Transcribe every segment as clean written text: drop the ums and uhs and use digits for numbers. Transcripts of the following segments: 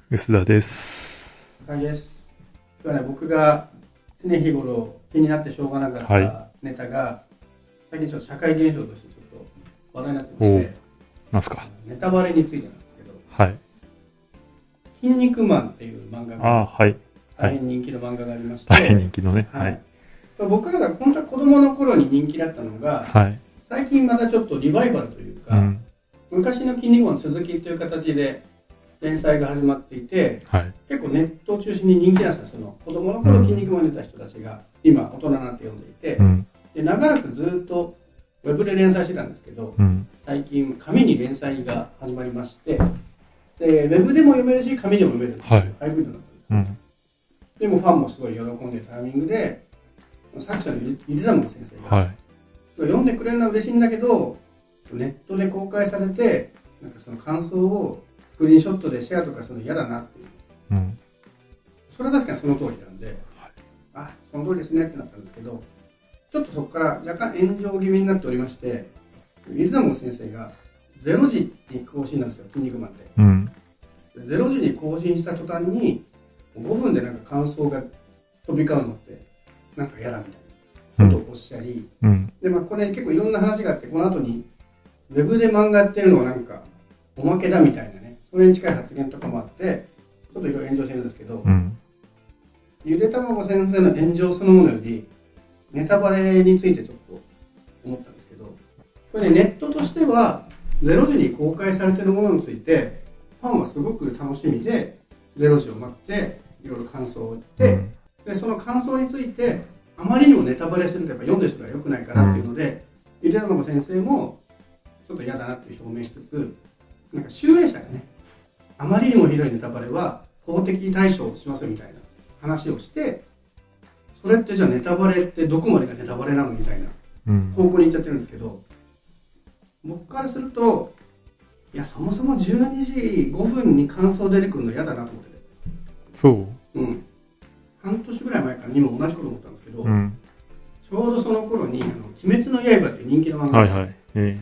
薄田です。 はいです。今日はね、僕が常日頃気になってしょうがなかったネタが、最近ちょっと社会現象としてちょっと話題になってまして、 なんすか。 ネタバレについてなんですけど、 はい。 筋肉マンっていう漫画が、大変人気の漫画がありまして、 大変人気のね。 はい。僕らが本当は子供の頃に人気だったのが、 はい。 最近またちょっとリバイバルというか、昔の筋肉マンの続きという形で連載が始まっていて、結構ネットを中心に人気なんですよ。その子供の頃筋肉マンに出た人たちが今大人になって読んでいて、で長らくずっとウェブで連載してたんですけど、最近紙に連載が始まりまして、でウェブでも読めるし紙でも読めるハイブリッドになったんです。でもファンもすごい喜んでるタイミングで、作者のゆりだも先生が、読んでくれるのは嬉しいんだけど、ネットで公開されて、なんかその感想をスクリーンショットでシェアとかするの嫌だなっていう。それは確かにその通りなんで、あ、その通りですねってなったんですけど、ちょっとそこから若干炎上気味になっておりまして、ゆりだも先生が0時に更新なんですよ、筋肉マンで。0時に更新した途端に、5分でなんか感想が飛び交うのって、なんか嫌だみたいなことをおっしゃり、で、これ結構いろんな話があって、この後に、ウェブで漫画やってるのはなんか、おまけだみたいなね、それに近い発言とかもあって、ちょっといろいろ炎上してるんですけど、ゆでたまご先生の炎上そのものより、ネタバレについてちょっと思ったんですけど、これね、ネットとしては、0時に公開されているものについて、ファンはすごく楽しみで、0時を待って、いろいろ感想を言って、でその感想について、あまりにもネタバレするとやっぱ読んでる人が良くないからっていうので、ゆでたまご先生もちょっと嫌だなっていう表明しつつ、なんか集英社がね、あまりにもひどいネタバレは法的対処をしますみたいな話をして、それってじゃあネタバレってどこまでがネタバレなのみたいな方向に行っちゃってるんですけど、僕からすると、いやそもそも12時5分に感想出てくるの嫌だなと思ってて。 そう。 半年ぐらい前からにも同じこと思ったんですけど、ちょうどその頃に鬼滅の刃っていう人気の漫画があるんです。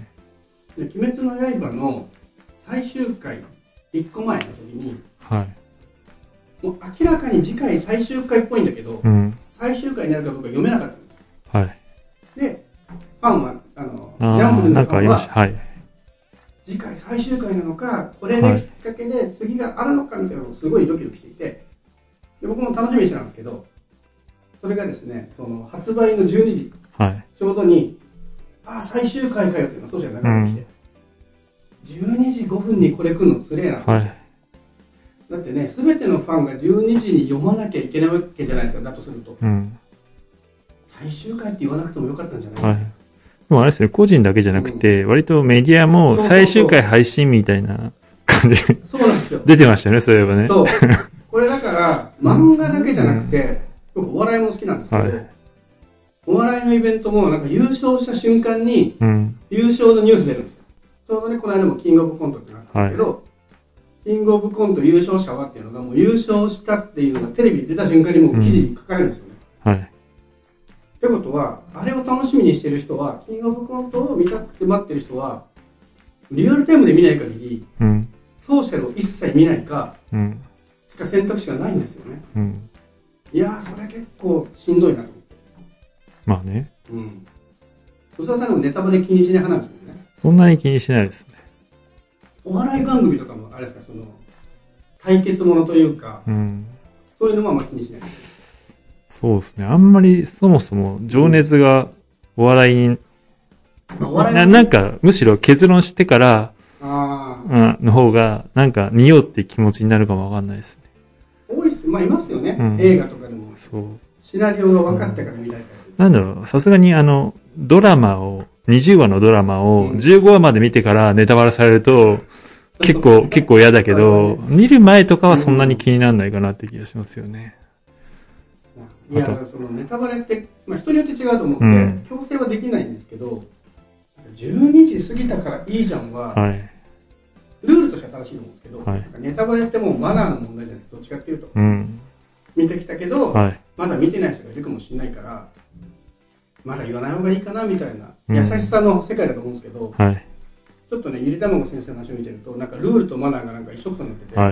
で鬼滅の刃の最終回1個前の時に、もう明らかに次回最終回っぽいんだけど、最終回になるかどうか読めなかったんですよ。で、ファンはジャンプのファンは、次回最終回なのか、これできっかけで次があるのかみたいなのをすごいドキドキしていて、で僕も楽しみにしてたんですけど、それがですね、その発売の12時、ちょうどに、最終回かよっていうのがソーシャルに流れてきて、12時5分にこれ来るのつれえなって、だってね、全てのファンが12時に読まなきゃいけないわけじゃないですか、だとすると、最終回って言わなくてもよかったんじゃない、でもあれですね、個人だけじゃなくて、割とメディアも最終回配信みたいな感じで出てましたよね、そういえばね。 そうこれだから漫画だけじゃなくて、僕お笑いも好きなんですけど、お笑いのイベントもなんか優勝した瞬間に優勝のニュース出るんですよ。ちょうどね、この間もキングオブコントってなったんですけど、キングオブコント優勝者はっていうのがもう優勝したっていうのがテレビに出た瞬間にもう記事に書かれるんですよね。ってことは、あれを楽しみにしてる人は、キングオブコントを見たくて待ってる人は、リアルタイムで見ない限り、ソーシャルを一切見ないか、しか選択肢がないんですよね。いやー、それ結構しんどいなと思って。 まあね。 吉田さんでもネタバレ気にしない派なんですよね。 そんなに気にしないですね。 お笑い番組とかもあれですか、その対決ものというか、そういうのもあんま気にしない。 そうですね。あんまりそもそも情熱がお笑いに、なんかむしろ結論してからの方がなんか見ようって気持ちになるかもわかんないですね。 多いっす。いますよね。映画とかでも。シナリオが分かってから見たいから。 なんだろう、さすがにドラマを、20話のドラマを15話まで見てからネタバレされると、結構嫌だけど、見る前とかはそんなに気にならないかなって気がしますよね。 いや、そのネタバレって、人によって違うと思って、強制はできないんですけど、12時過ぎたからいいじゃんは、ルールとしては正しいと思うんですけど、ネタバレってもうマナーの問題じゃなくて、どっちかっていうと、見てきたけど、まだ見てない人がいるかもしれないから、まだ言わない方がいいかなみたいな優しさの世界だと思うんですけど、ちょっとね、ゆりたまご先生の話を見てると、なんかルールとマナーがなんか一緒くたになってて、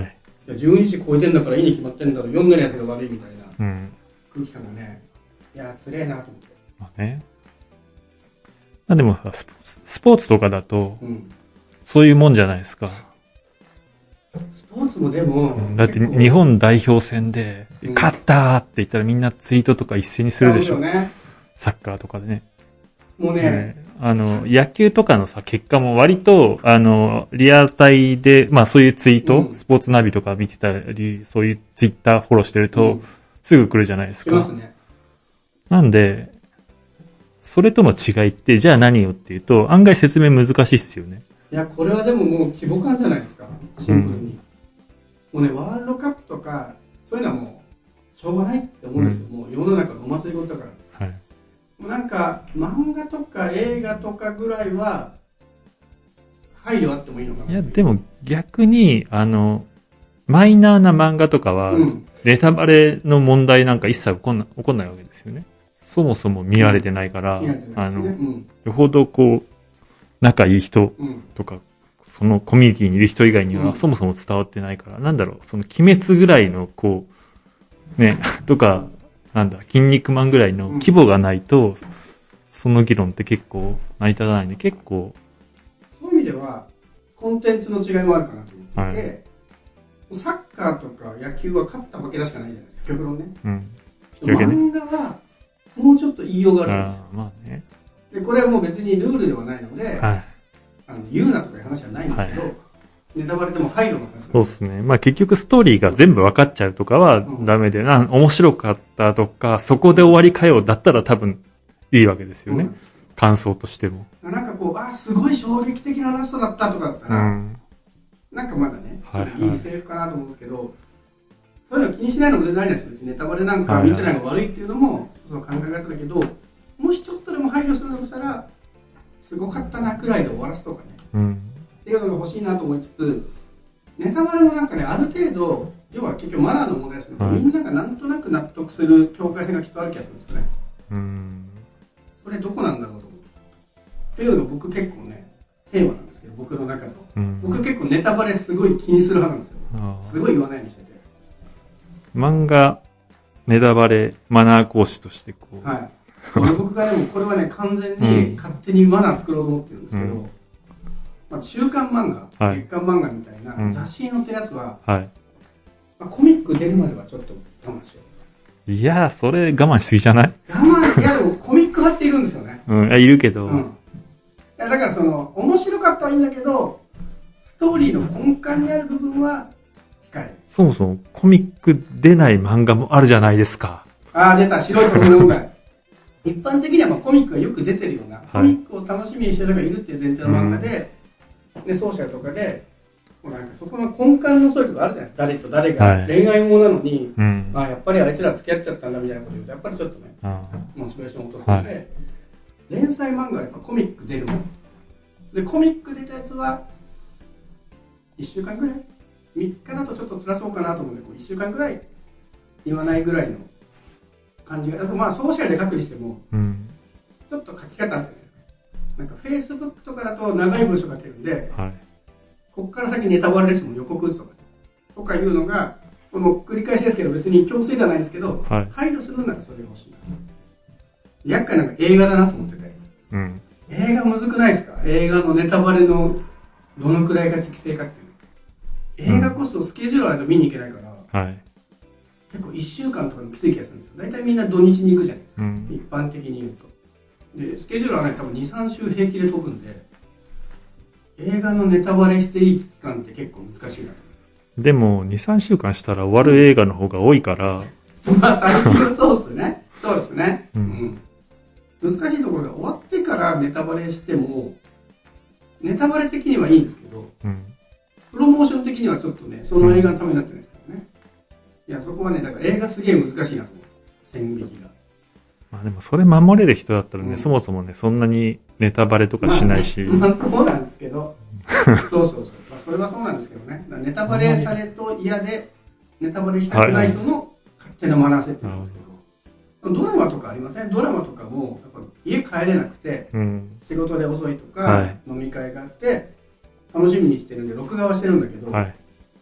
いや12時超えてんだからいいに決まってんだろ、読んでるやつが悪いみたいな空気感がね、いやつれえなと思って。 まあね。まあでもさ、スポーツとかだと、そういうもんじゃないですか。 スポーツもでも、 だって日本代表戦で、勝ったーって言ったらみんなツイートとか一斉にするでしょ。ね、サッカーとかでね。 もうね、 野球とかのさ、結果も割と、リアルタイで、まあそういうツイート、スポーツナビとか見てたり、そういうツイッターフォローしてると、すぐ来るじゃないですか。 来ますね。 なんで、それとの違いって、じゃあ何よっていうと、案外説明難しいっすよね。 いや、これはでももう規模感じゃないですか。シンプルに。もうね、ワールドカップとか、そういうのはもう、しょうがないって思うんですよ。もう世の中のお祭り事だから。はい。もうなんか、漫画とか映画とかぐらいは、配慮あってもいいのかな。 いや、でも逆に、マイナーな漫画とかは、ネタバレの問題なんか一切起こんないわけですよね。そもそも見られてないから、よほどこう、仲いい人とか、そのコミュニティにいる人以外にはそもそも伝わってないから、なんだろう、その鬼滅ぐらいのこう、ね、とか、なんだ、筋肉マンぐらいの規模がないと、その議論って結構成り立たないんで、結構。 そういう意味では、コンテンツの違いもあるかなと思っていて、サッカーとか野球は勝ったわけだしかないじゃないですか、極論ね。漫画は、もうちょっと言いようがあるんですよ。 まあね。 で、これはもう別にルールではないので、言うなとかいう話はないんですけど、ネタバレでも配慮の話。 そうですね。まあ結局ストーリーが全部分かっちゃうとかはダメで、面白かったとか、そこで終わりかよだったら多分いいわけですよね。感想としても。 なんかこう、すごい衝撃的なラストだったとかだったら、なんかまだね、ギリセーフかなと思うんですけど、そういうの気にしないのも全然ありですよ。別にネタバレなんか見てないのが悪いっていうのも、その考え方だけど、もしちょっとでも配慮するのとしたら、すごかったなくらいで終わらすとかね、っていうのが欲しいなと思いつつ、ネタバレもなんかね、ある程度、要は結局マナーの問題ですけど、みんながなんとなく納得する境界線がきっとある気がするんですよね。それどこなんだろうと思う。っていうのが僕結構ね、テーマなんですけど、僕の中の。僕結構ネタバレすごい気にする派なんですよ。すごい言わないようにしてて。 漫画、ネタバレ、マナー講師としてこう。 はい。僕がでもこれはね、完全に勝手にマナー作ろうと思ってるんですけど、週刊漫画、月刊漫画みたいな雑誌に載ってるやつは、コミック出るまではちょっと我慢しよう。いやそれ我慢しすぎじゃない？ いやでもコミック派っているんですよね。 いるけど。 だからその、面白かったはいいんだけど、ストーリーの根幹にある部分は控える。 そもそもコミック出ない漫画もあるじゃないですか。 出た、白いところの問題。一般的にはコミックがよく出てるような、コミックを楽しみにしてる人がいるっていう前提の漫画で、ソーシャルとかで、もうなんかそこの根幹のそういうところあるじゃないですか。誰と誰が恋愛ものなのに、やっぱりあいつら付き合っちゃったんだみたいなこと言うと、やっぱりちょっとね、モチベーションを落とすので、連載漫画はやっぱコミック出るもん。で、コミック出たやつは、1週間ぐらい ?3 日だとちょっと辛そうかなと思うんで、1週間ぐらい言わないぐらいの感じが、まあソーシャルで書くにしても、ちょっと書き方あるじゃないですか。なんか Facebook とかだと長い文章書けるんで、ここから先ネタバレですもん、予告打つとかいうのが、この繰り返しですけど、別に強制じゃないですけど、配慮するならそれが欲しい。厄介なんか映画だなと思ってて。映画むずくないですか？映画のネタバレのどのくらいが適正かっていう。映画こそスケジュールあると見に行けないから、結構1週間とかのきつい気がするんですよ。大体みんな土日に行くじゃないですか。一般的に言うと。で、スケジュールはね、多分2、3週平気で飛ぶんで、映画のネタバレしていい期間って結構難しいな。 でも、2、3週間したら終わる映画の方が多いから。 まあ、最近はそうっすね。そうですね。難しいところが終わってからネタバレしても、ネタバレ的にはいいんですけど、プロモーション的にはちょっとね、その映画のためになってないですからね。いや、そこはね、だから映画すげえ難しいなと思う。線引きが。 まあでもそれ守れる人だったらね、そもそもね、そんなにネタバレとかしないし。 まあそうなんですけど、そう。まあそれはそうなんですけどね。ネタバレされと嫌で、ネタバレしたくない人の勝手なマナー設定なんですけど。ドラマとかありません？ドラマとかも、やっぱ家帰れなくて、仕事で遅いとか、飲み会があって、楽しみにしてるんで、録画はしてるんだけど、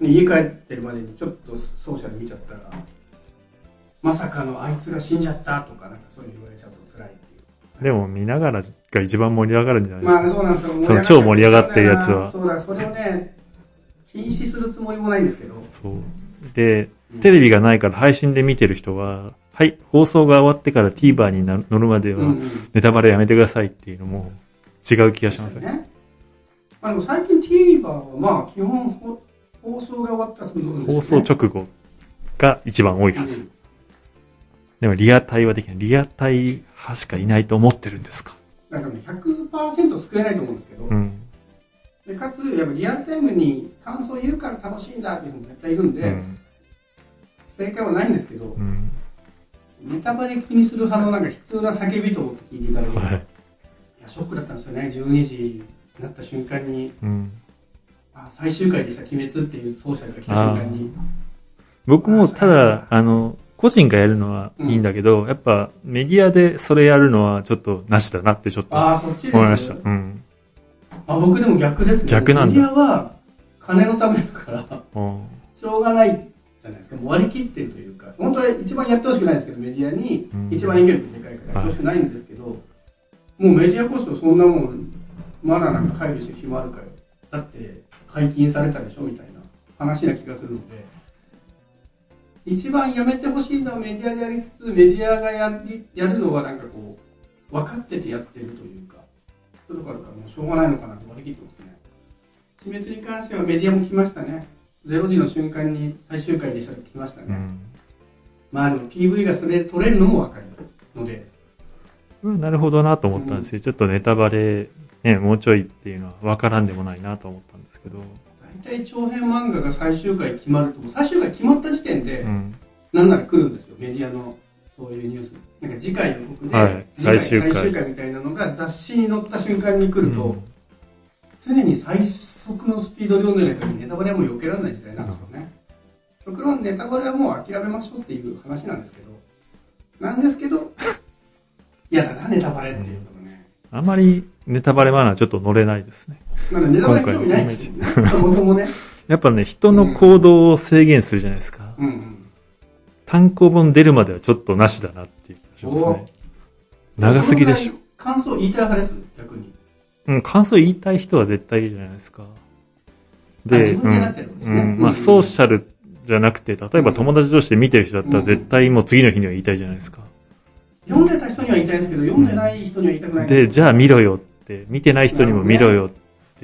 家帰ってるまでにちょっとソーシャル見ちゃったら、まさかのあいつが死んじゃったとか、なんかそういうの言われちゃうと辛いっていう。 でも見ながらが一番盛り上がるんじゃないですか。 まあそうなんですよ。 その超盛り上がってるやつは。 そうだ、それをね、禁止するつもりもないんですけど。 そう。で、テレビがないから配信で見てる人は、はい、放送が終わってから TVer に乗るまでは、ネタバレやめてくださいっていうのも違う気がしますね。 でも最近 TVer はまあ基本放送が終わったらすぐ乗るんですよね。 放送直後が一番多いはず。でもリアタイはできない。リアタイ派しかいないと思ってるんですか？ だからね、100% 救えないと思うんですけど、でかつ、やっぱリアルタイムに感想を言うから楽しいんだっていう人も絶対いるんで、正解はないんですけど、ネタバレ気にする派のなんか悲痛な叫びと思って聞いていただけると、いや、ショックだったんですよね。12時になった瞬間に、最終回でした、鬼滅っていうソーシャルが来た瞬間に。 僕もただ、個人がやるのはいいんだけど、やっぱメディアでそれやるのはちょっとなしだなってちょっと思いました。 僕でも逆ですね。 逆なんだ。 メディアは金のためだから、しょうがないじゃないですか。もう割り切ってるというか、本当は一番やってほしくないですけど、メディアに一番影響力でかいからやってほしくないんですけど、もうメディアこそそんなもん、まだなんか配慮してる暇あるかよ。だって解禁されたでしょみたいな話な気がするので、一番やめてほしいのはメディアでやりつつ、メディアがやるのはなんかこう、分かっててやってるというか、そういうとこあるからもうしょうがないのかなと割り切ってますね。鬼滅に関してはメディアも来ましたね。0時の瞬間に最終回でしたって来ましたね。まあでも PV がそれ撮れるのも分かるので。 なるほどなと思ったんですよ。ちょっとネタバレ、ね、もうちょいっていうのは分からんでもないなと思ったんですけど。 大体長編漫画が最終回決まると、最終回決まった時点で、なんなら来るんですよ、メディアのそういうニュース。なんか次回予告で、最終回みたいなのが雑誌に載った瞬間に来ると、常に最速のスピードで読んでないとネタバレはもう避けられない時代なんですよね。極論ネタバレはもう諦めましょうっていう話なんですけど、嫌だな、ネタバレっていうのもね。 あまりネタバレマナーちょっと乗れないですね。 ネタバレ興味ないですよね。そもそもね。 やっぱね、人の行動を制限するじゃないですか。単行本出るまではちょっとなしだなっていう気がしますね。長すぎでしょ。 感想言いたい派です、逆に。 感想言いたい人は絶対いいじゃないですか。 で、自分じゃなくてですね。 まあ、ソーシャルじゃなくて、例えば友達同士で見てる人だったら絶対もう次の日には言いたいじゃないですか。 読んでた人には言いたいんですけど、読んでない人には言いたくないで、じゃあ見ろよって、見てない人にも見ろよって、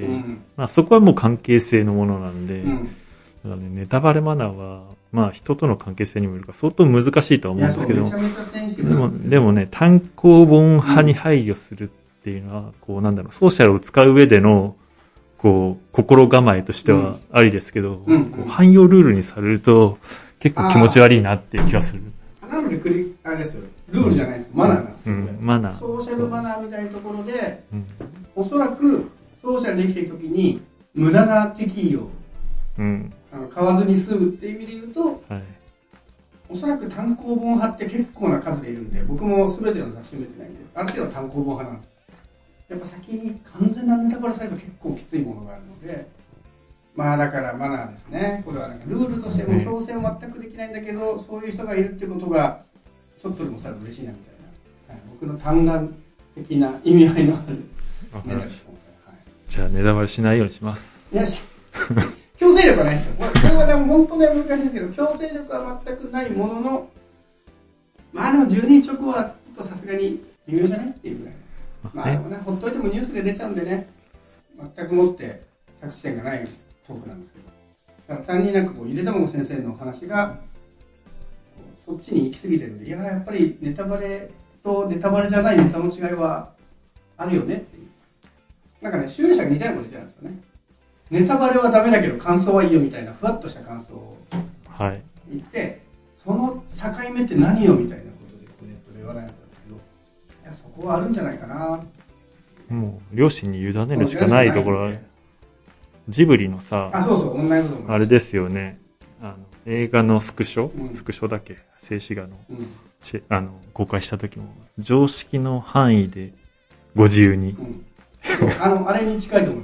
まあそこはもう関係性のものなんで、だからね、ネタバレマナーは、まあ人との関係性にもよるから相当難しいとは思うんですけど、でもね、単行本派に配慮するっていうのは、こうなんだろう、ソーシャルを使う上での、こう、心構えとしてはありですけど、こう汎用ルールにされると結構気持ち悪いなっていう気がする。 なのであれですよ、ルールじゃないですよ、マナーなんですよ、 マナー。 ソーシャルマナーみたいなところで、おそらくソーシャルで生きていくときに無駄な敵意を買わずに済むっていう意味で言うと、おそらく単行本派って結構な数でいるんで、僕も全ての雑誌読めてないんで、ある程度単行本派なんですよ。やっぱ先に完全なネタバレされると結構きついものがあるので、まあだからマナーですね。これはなんかルールとしても強制は全くできないんだけど、そういう人がいるってことがちょっとでもさ嬉しいなみたいな、僕の単眼的な意味合いのあるネタです。 じゃあネタバレしないようにします。 よし。強制力はないですよ。これはでも本当に難しいですけど、強制力は全くないものの、まあでも12日直後はちょっとさすがに微妙じゃないっていうぐらい。まあでもね、ほっといてもニュースで出ちゃうんでね、全くもって着地点がないトークなんですけど、だから単になんかこうゆで卵先生の話がそっちに行き過ぎてるんで、いややっぱりネタバレとネタバレじゃないネタの違いはあるよねっていう、なんかね、集英社が似たようなこと言ってたんですよね。ネタバレはダメだけど感想はいいよみたいなふわっとした感想を言って、その境目って何よみたいなことでネットで言わないと。そこはあるんじゃないかな。 もう両親に委ねるしかないところは、ジブリのさ、あれですよね、映画のスクショだっけ、静止画の、公開した時も常識の範囲でご自由に、 あれに近いと思います。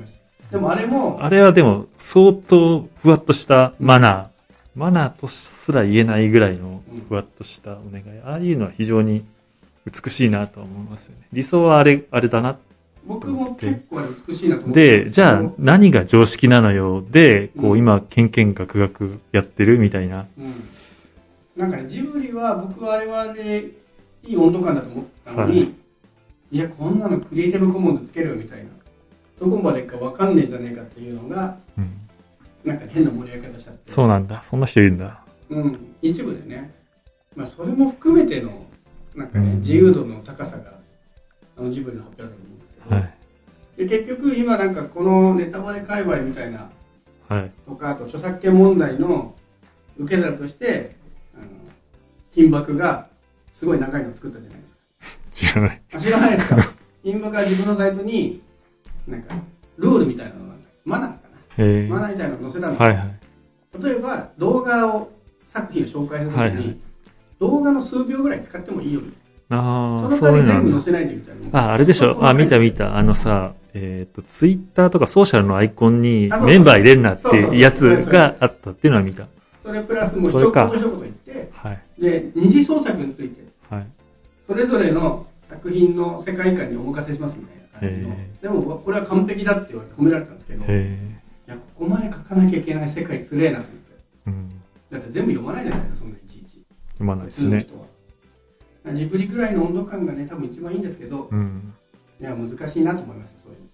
でもあれも。 あれはでも、相当ふわっとしたマナーとすら言えないぐらいのふわっとしたお願い。ああいうのは非常に美しいなと思いますよね。理想はあれだな。 僕も結構美しいなと思って。 で、じゃあ何が常識なのよ。で、こう今、ケンケンガクガクやってるみたいな。 なんかね、ジブリは僕はあれはね、いい温度感だと思ったのに、いや、こんなのクリエイティブコモンズつけるよみたいな。どこまでか分かんねえじゃねえかっていうのが、なんか変な盛り上げ方しちゃって。 そうなんだ。そんな人いるんだ。 一部でね。まあ、それも含めての、なんかね、自由度の高さが、ジブリの発表だと思うんですけど、で結局今なんかこのネタバレ界隈みたいな、とか、あと著作権問題の受け皿として、金箔がすごい長いのを作ったじゃないですか。 知らない。 知らないですか。金箔が自分のサイトに、なんか、ルールみたいなのが、マナーかな。マナーみたいなのを載せたんですよ。例えば、動画作品を紹介するときに、動画の数秒ぐらい使ってもいいよみたいな。その代わり全部載せないでみたいな。 あれでしょ。見た。ツイッターとかソーシャルのアイコンにメンバー入れんなっていうやつがあったっていうのは見た。 それプラスもう一言一言言って、で、二次創作について、それぞれの作品の世界観にお任せしますみたいな感じの。でも、これは完璧だって言われて褒められたんですけど、いや、ここまで書かなきゃいけない世界つれえなと思って。だって全部読まないじゃないですか、そんないちいち。 読まないですね。 ジブリくらいの温度感がね、多分一番いいんですけど、いや、難しいなと思いました、そういう。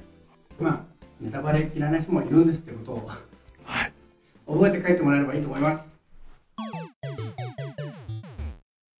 まあ、ネタバレ嫌いな人もいるんですってことを、覚えて帰ってもらえればいいと思います。